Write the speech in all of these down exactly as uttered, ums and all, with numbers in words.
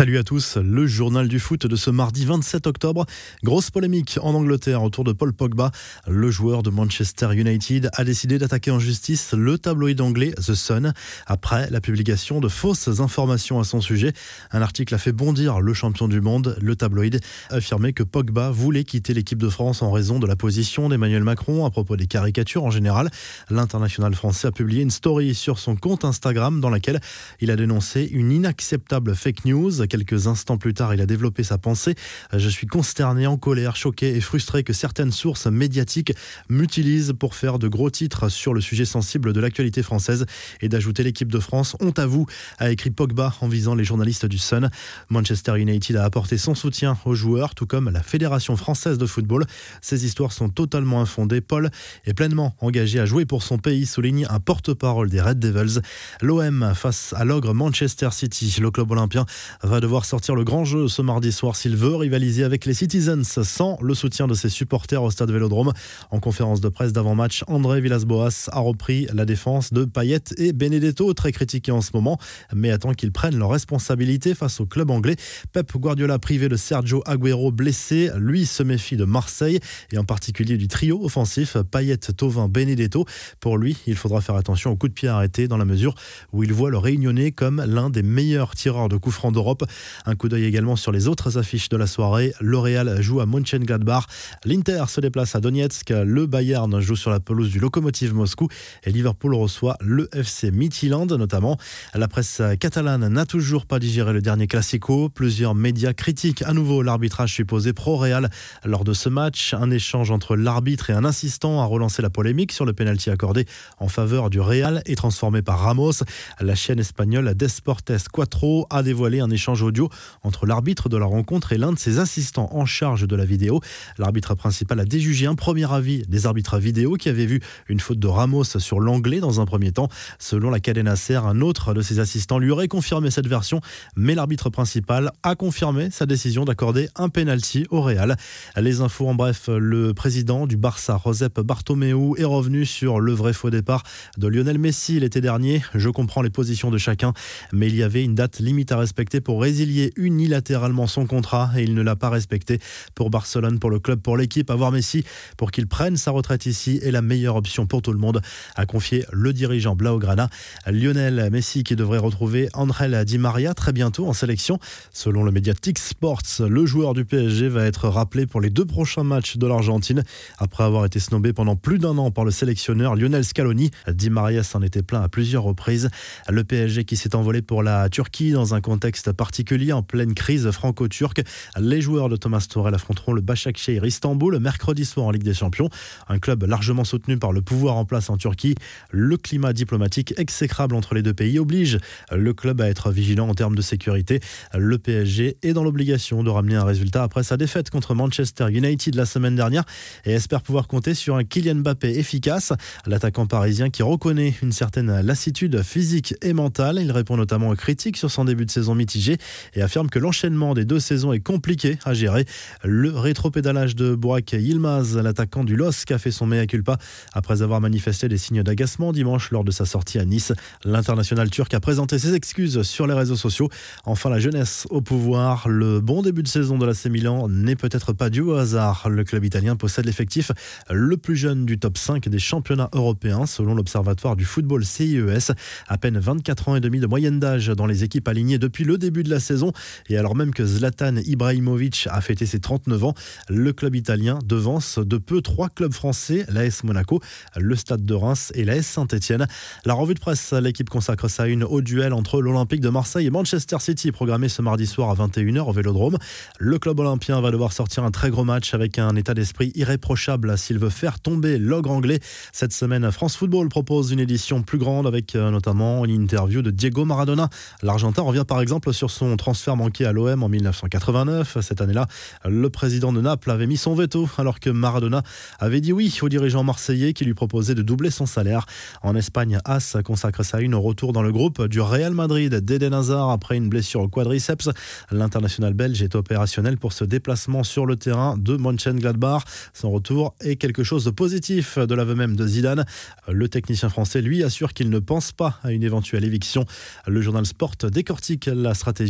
Salut à tous, le journal du foot de ce mardi vingt-sept octobre. Grosse polémique en Angleterre autour de Paul Pogba. Le joueur de Manchester United a décidé d'attaquer en justice le tabloïd anglais The Sun après la publication de fausses informations à son sujet. Un article a fait bondir le champion du monde. Le tabloïd a affirmé que Pogba voulait quitter l'équipe de France en raison de la position d'Emmanuel Macron à propos des caricatures en général. L'international français a publié une story sur son compte Instagram dans laquelle il a dénoncé une inacceptable fake news. Quelques instants plus tard, il a développé sa pensée. Je suis consterné, en colère, choqué et frustré que certaines sources médiatiques m'utilisent pour faire de gros titres sur le sujet sensible de l'actualité française et d'ajouter l'équipe de France. Honte à vous, a écrit Pogba en visant les journalistes du Sun. Manchester United a apporté son soutien aux joueurs, tout comme la Fédération française de football. Ces histoires sont totalement infondées. Paul est pleinement engagé à jouer pour son pays, souligne un porte-parole des Red Devils. L'O M face à l'ogre Manchester City. Le club olympien va devoir sortir le grand jeu ce mardi soir s'il veut rivaliser avec les Citizens sans le soutien de ses supporters au stade Vélodrome. En conférence de presse d'avant-match, André Villas-Boas a repris la défense de Payet et Benedetto, très critiqués en ce moment, mais attend qu'ils prennent leurs responsabilités face au club anglais. Pep Guardiola, privé de Sergio Agüero blessé, lui se méfie de Marseille et en particulier du trio offensif Payet, Thauvin, Benedetto. Pour lui, il faudra faire attention aux coups de pied arrêtés dans la mesure où il voit le Réunionnais comme l'un des meilleurs tireurs de coups francs d'Europe. Un coup d'œil également sur les autres affiches de la soirée. Le Real joue à Mönchengladbach, l'Inter se déplace à Donetsk, le Bayern joue sur la pelouse du Lokomotiv Moscou et Liverpool reçoit le F C Midtjylland notamment. La presse catalane n'a toujours pas digéré le dernier Classico. Plusieurs médias critiquent à nouveau l'arbitrage supposé pro-Real lors de ce match. Un échange entre l'arbitre et un assistant a relancé la polémique sur le pénalty accordé en faveur du Real et transformé par Ramos. La chaîne espagnole Desportes Cuatro a dévoilé un échange audio entre l'arbitre de la rencontre et l'un de ses assistants en charge de la vidéo. L'arbitre principal a déjugé un premier avis des arbitres vidéo qui avaient vu une faute de Ramos sur l'anglais dans un premier temps. Selon la Cadena Ser, un autre de ses assistants lui aurait confirmé cette version, mais l'arbitre principal a confirmé sa décision d'accorder un penalty au Real. Les infos en bref, le président du Barça, Josep Bartomeu, est revenu sur le vrai faux départ de Lionel Messi l'été dernier. Je comprends les positions de chacun, mais il y avait une date limite à respecter pour résilier unilatéralement son contrat et il ne l'a pas respecté. Pour Barcelone, pour le club, pour l'équipe, avoir Messi pour qu'il prenne sa retraite ici est la meilleure option pour tout le monde, a confié le dirigeant Blaugrana. Lionel Messi qui devrait retrouver Ángel Di María très bientôt en sélection. Selon le média T I C Sports, le joueur du P S G va être rappelé pour les deux prochains matchs de l'Argentine après avoir été snobé pendant plus d'un an par le sélectionneur Lionel Scaloni. Di María s'en était plaint à plusieurs reprises. Le P S G qui s'est envolé pour la Turquie dans un contexte particulier en pleine crise franco-turque. Les joueurs de Thomas Tuchel affronteront le Başakşehir Istanbul mercredi soir en Ligue des Champions. Un club largement soutenu par le pouvoir en place en Turquie. Le climat diplomatique exécrable entre les deux pays oblige le club à être vigilant en termes de sécurité. Le P S G est dans l'obligation de ramener un résultat après sa défaite contre Manchester United la semaine dernière et espère pouvoir compter sur un Kylian Mbappé efficace. L'attaquant parisien qui reconnaît une certaine lassitude physique et mentale. Il répond notamment aux critiques sur son début de saison mitigé et affirme que l'enchaînement des deux saisons est compliqué à gérer. Le rétropédalage de Burak Yilmaz, l'attaquant du L O S C, a fait son mea culpa après avoir manifesté des signes d'agacement dimanche lors de sa sortie à Nice. L'international turc a présenté ses excuses sur les réseaux sociaux. Enfin, la jeunesse au pouvoir. Le bon début de saison de l'A C Milan n'est peut-être pas dû au hasard. Le club italien possède l'effectif le plus jeune du top cinq des championnats européens selon l'Observatoire du football C I E S. À peine vingt-quatre ans et demi de moyenne d'âge dans les équipes alignées depuis le début de la saison. Et alors même que Zlatan Ibrahimovic a fêté ses trente-neuf ans, le club italien devance de peu trois clubs français, l'A S Monaco, le Stade de Reims et l'A S Saint-Etienne. La revue de presse, l'équipe consacre sa une au duel entre l'Olympique de Marseille et Manchester City, programmé ce mardi soir à vingt et une heures au Vélodrome. Le club olympien va devoir sortir un très gros match avec un état d'esprit irréprochable s'il veut faire tomber l'ogre anglais. Cette semaine, France Football propose une édition plus grande avec notamment une interview de Diego Maradona. L'Argentin revient par exemple sur son transfert manqué à l'O M en dix-neuf cent quatre-vingt-neuf. Cette année-là, le président de Naples avait mis son veto alors que Maradona avait dit oui aux dirigeants marseillais qui lui proposaient de doubler son salaire. En Espagne, As consacre sa une au retour dans le groupe du Real Madrid d'Eden Hazard après une blessure au quadriceps. L'international belge est opérationnel pour ce déplacement sur le terrain de Mönchengladbach. Son retour est quelque chose de positif de l'aveu même de Zidane. Le technicien français, lui, assure qu'il ne pense pas à une éventuelle éviction. Le journal Sport décortique la stratégie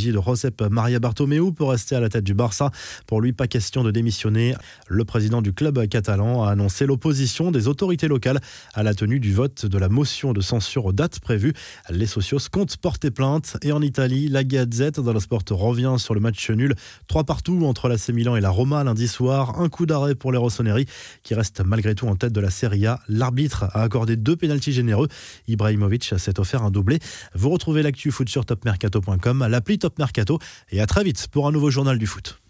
rigide Josep Maria Bartomeu peut rester à la tête du Barça. Pour lui, pas question de démissionner. Le président du club catalan a annoncé l'opposition des autorités locales à la tenue du vote de la motion de censure aux dates prévues. Les socios comptent porter plainte. Et en Italie, la Gazette dello Sport revient sur le match nul trois partout entre l'A C Milan et la Roma lundi soir. Un coup d'arrêt pour les rossoneri qui restent malgré tout en tête de la Serie A. L'arbitre a accordé deux pénaltys généreux. Ibrahimovic s'est offert un doublé. Vous retrouvez l'actu foot sur top mercato point com, l'appli Top Mercato et à très vite pour un nouveau journal du foot.